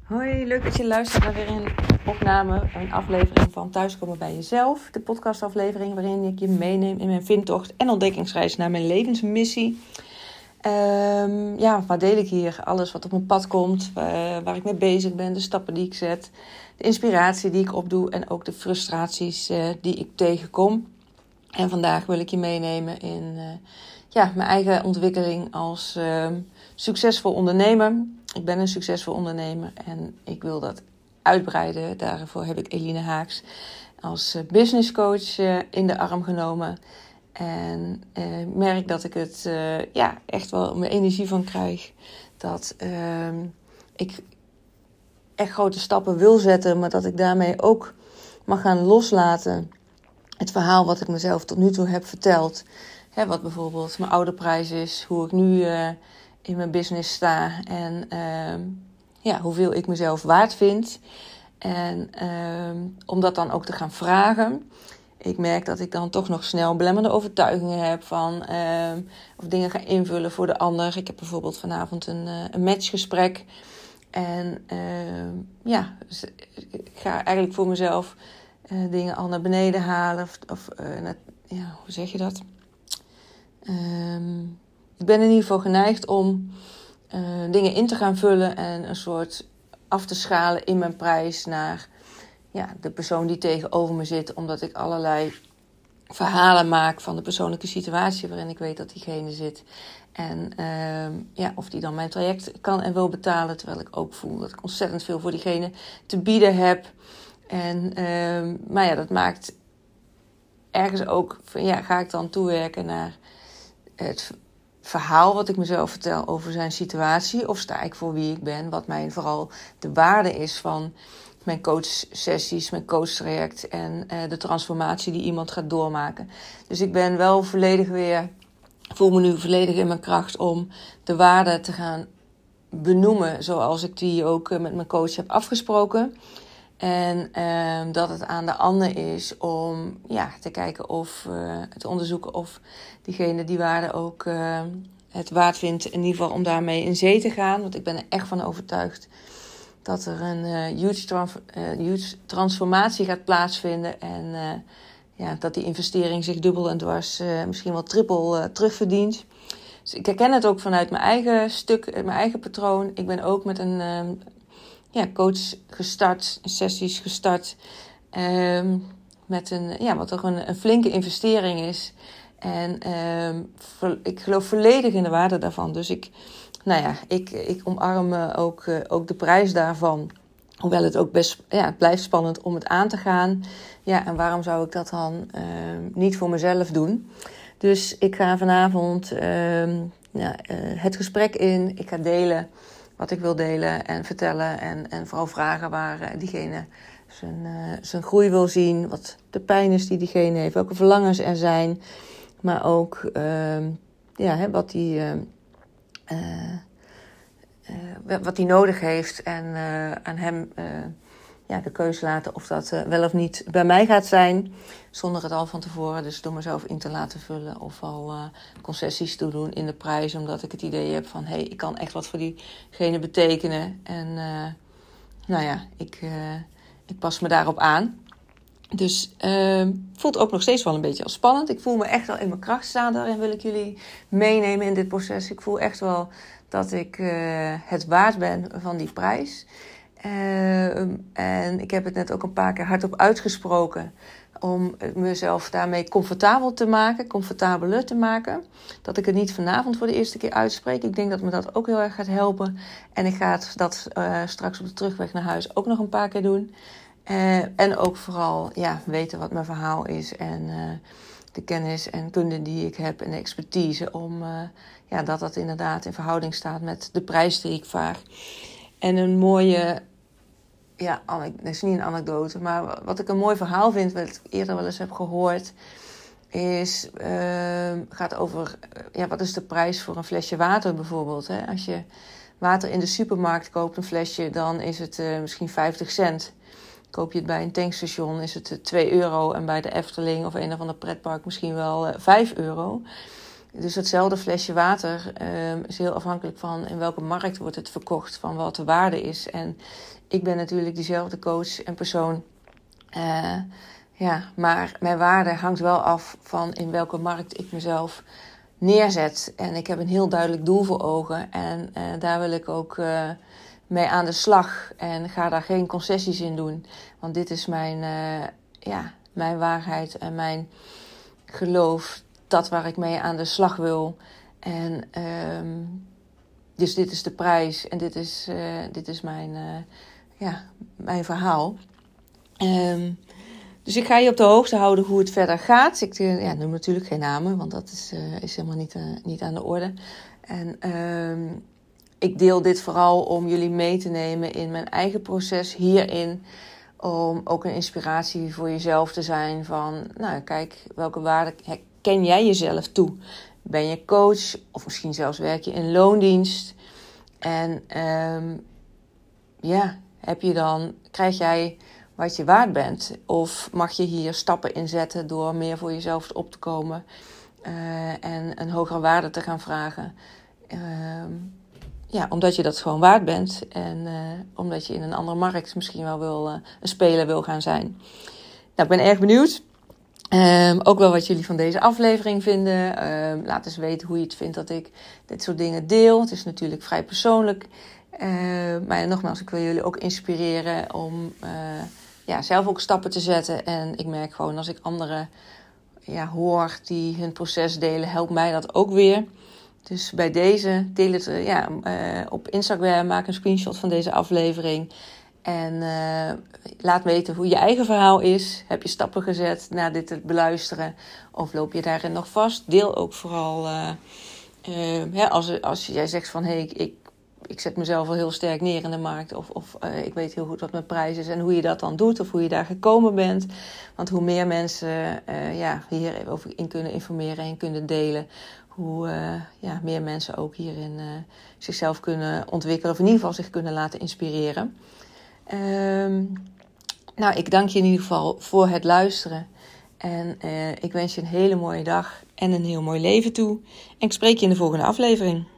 Hoi, leuk dat je luistert naar weer een aflevering van Thuiskomen bij Jezelf. De podcastaflevering waarin ik je meeneem in mijn vindtocht en ontdekkingsreis naar mijn levensmissie. Wat deel ik hier? Alles wat op mijn pad komt, waar ik mee bezig ben, de stappen die ik zet, de inspiratie die ik opdoe en ook de frustraties die ik tegenkom. En vandaag wil ik je meenemen in mijn eigen ontwikkeling als succesvol ondernemer. Ik ben een succesvol ondernemer en ik wil dat uitbreiden. Daarvoor heb ik Eline Haaks als business coach in de arm genomen. En merk dat ik het echt wel mijn energie van krijg. Dat ik echt grote stappen wil zetten, maar dat ik daarmee ook mag gaan loslaten. Het verhaal wat ik mezelf tot nu toe heb verteld. Wat bijvoorbeeld mijn oude prijs is. Hoe ik nu in mijn business sta. En hoeveel ik mezelf waard vind. En om dat dan ook te gaan vragen. Ik merk dat ik dan toch nog snel belemmerende overtuigingen heb van of dingen ga invullen voor de ander. Ik heb bijvoorbeeld vanavond een matchgesprek. En ik ga eigenlijk voor mezelf dingen al naar beneden halen. Hoe zeg je dat? Ik ben in ieder geval geneigd om dingen in te gaan vullen en een soort af te schalen in mijn prijs naar de persoon die tegenover me zit. Omdat ik allerlei verhalen maak van de persoonlijke situatie waarin ik weet dat diegene zit. En of die dan mijn traject kan en wil betalen. Terwijl ik ook voel dat ik ontzettend veel voor diegene te bieden heb. En dat maakt ergens ook ga ik dan toewerken naar het verhaal wat ik mezelf vertel over zijn situatie, of sta ik voor wie ik ben, wat mij vooral de waarde is van mijn coachsessies, mijn coachtraject en de transformatie die iemand gaat doormaken. Dus ik ben wel voel me nu volledig in mijn kracht om de waarde te gaan benoemen zoals ik die ook met mijn coach heb afgesproken. En dat het aan de ander is om te kijken te onderzoeken of diegene die waarde ook het waard vindt. In ieder geval om daarmee in zee te gaan. Want ik ben er echt van overtuigd dat er een huge transformatie gaat plaatsvinden. En dat die investering zich dubbel en dwars, misschien wel triple terugverdient. Dus ik herken het ook vanuit mijn eigen stuk, mijn eigen patroon. Ik ben ook met een coach gestart, sessies gestart. Met wat toch een flinke investering is. En ik geloof volledig in de waarde daarvan. Dus ik omarm ook de prijs daarvan. Hoewel het ook het blijft spannend om het aan te gaan. Ja, en waarom zou ik dat dan niet voor mezelf doen? Dus ik ga vanavond het gesprek in. Ik ga delen wat ik wil delen en vertellen. En vooral vragen waar diegene zijn groei wil zien. Wat de pijn is die diegene heeft. Welke verlangens er zijn. Maar ook wat hij nodig heeft. En aan hem de keuze laten of dat wel of niet bij mij gaat zijn. Zonder het al van tevoren dus door mezelf in te laten vullen. Of al concessies te doen in de prijs. Omdat ik het idee heb van ik kan echt wat voor diegene betekenen. En ik pas me daarop aan. Dus voelt ook nog steeds wel een beetje als spannend. Ik voel me echt wel in mijn kracht staan. Daarin wil ik jullie meenemen in dit proces. Ik voel echt wel dat ik het waard ben van die prijs. En ik heb het net ook een paar keer hardop uitgesproken. Om mezelf daarmee comfortabeler te maken. Dat ik het niet vanavond voor de eerste keer uitspreek. Ik denk dat me dat ook heel erg gaat helpen. En ik ga dat straks op de terugweg naar huis ook nog een paar keer doen. En ook vooral weten wat mijn verhaal is. En de kennis en kunde die ik heb en de expertise. Om dat inderdaad in verhouding staat met de prijs die ik vraag. En een mooie... het is niet een anekdote, maar wat ik een mooi verhaal vind, wat ik eerder wel eens heb gehoord, gaat over, wat is de prijs voor een flesje water bijvoorbeeld. Hè? Als je water in de supermarkt koopt, een flesje, dan is het misschien 50 cent. Koop je het bij een tankstation, is het €2. En bij de Efteling of een of ander pretpark misschien wel €5. Dus hetzelfde flesje water is heel afhankelijk van in welke markt wordt het verkocht, van wat de waarde is. En ik ben natuurlijk diezelfde coach en persoon. Maar mijn waarde hangt wel af van in welke markt ik mezelf neerzet. En ik heb een heel duidelijk doel voor ogen. En daar wil ik ook mee aan de slag. En ga daar geen concessies in doen. Want dit is mijn waarheid en mijn geloof. Dat waar ik mee aan de slag wil. En dus dit is de prijs. En dit is mijn verhaal. Dus ik ga je op de hoogte houden hoe het verder gaat. Ik noem natuurlijk geen namen, want dat is helemaal niet aan de orde. En ik deel dit vooral om jullie mee te nemen in mijn eigen proces hierin. Om ook een inspiratie voor jezelf te zijn van, nou kijk, welke waarde ken jij jezelf toe? Ben je coach of misschien zelfs werk je in loondienst? En krijg jij wat je waard bent? Of mag je hier stappen in zetten door meer voor jezelf op te komen en een hogere waarde te gaan vragen? Omdat je dat gewoon waard bent en omdat je in een andere markt misschien wel een speler wil gaan zijn. Nou, ik ben erg benieuwd. Ook wel wat jullie van deze aflevering vinden. Laat eens weten hoe je het vindt dat ik dit soort dingen deel. Het is natuurlijk vrij persoonlijk. Maar nogmaals, ik wil jullie ook inspireren om zelf ook stappen te zetten. En ik merk gewoon als ik anderen hoor die hun proces delen, helpt mij dat ook weer. Dus bij deze deel het op Instagram, maak een screenshot van deze aflevering. En laat weten hoe je eigen verhaal is. Heb je stappen gezet naar dit te beluisteren? Of loop je daarin nog vast? Deel ook vooral als jij zegt van ik zet mezelf wel heel sterk neer in de markt. Of ik weet heel goed wat mijn prijs is en hoe je dat dan doet. Of hoe je daar gekomen bent. Want hoe meer mensen hierover in kunnen informeren en kunnen delen. Hoe meer mensen ook hierin zichzelf kunnen ontwikkelen. Of in ieder geval zich kunnen laten inspireren. Ik dank je in ieder geval voor het luisteren. En ik wens je een hele mooie dag en een heel mooi leven toe. En ik spreek je in de volgende aflevering.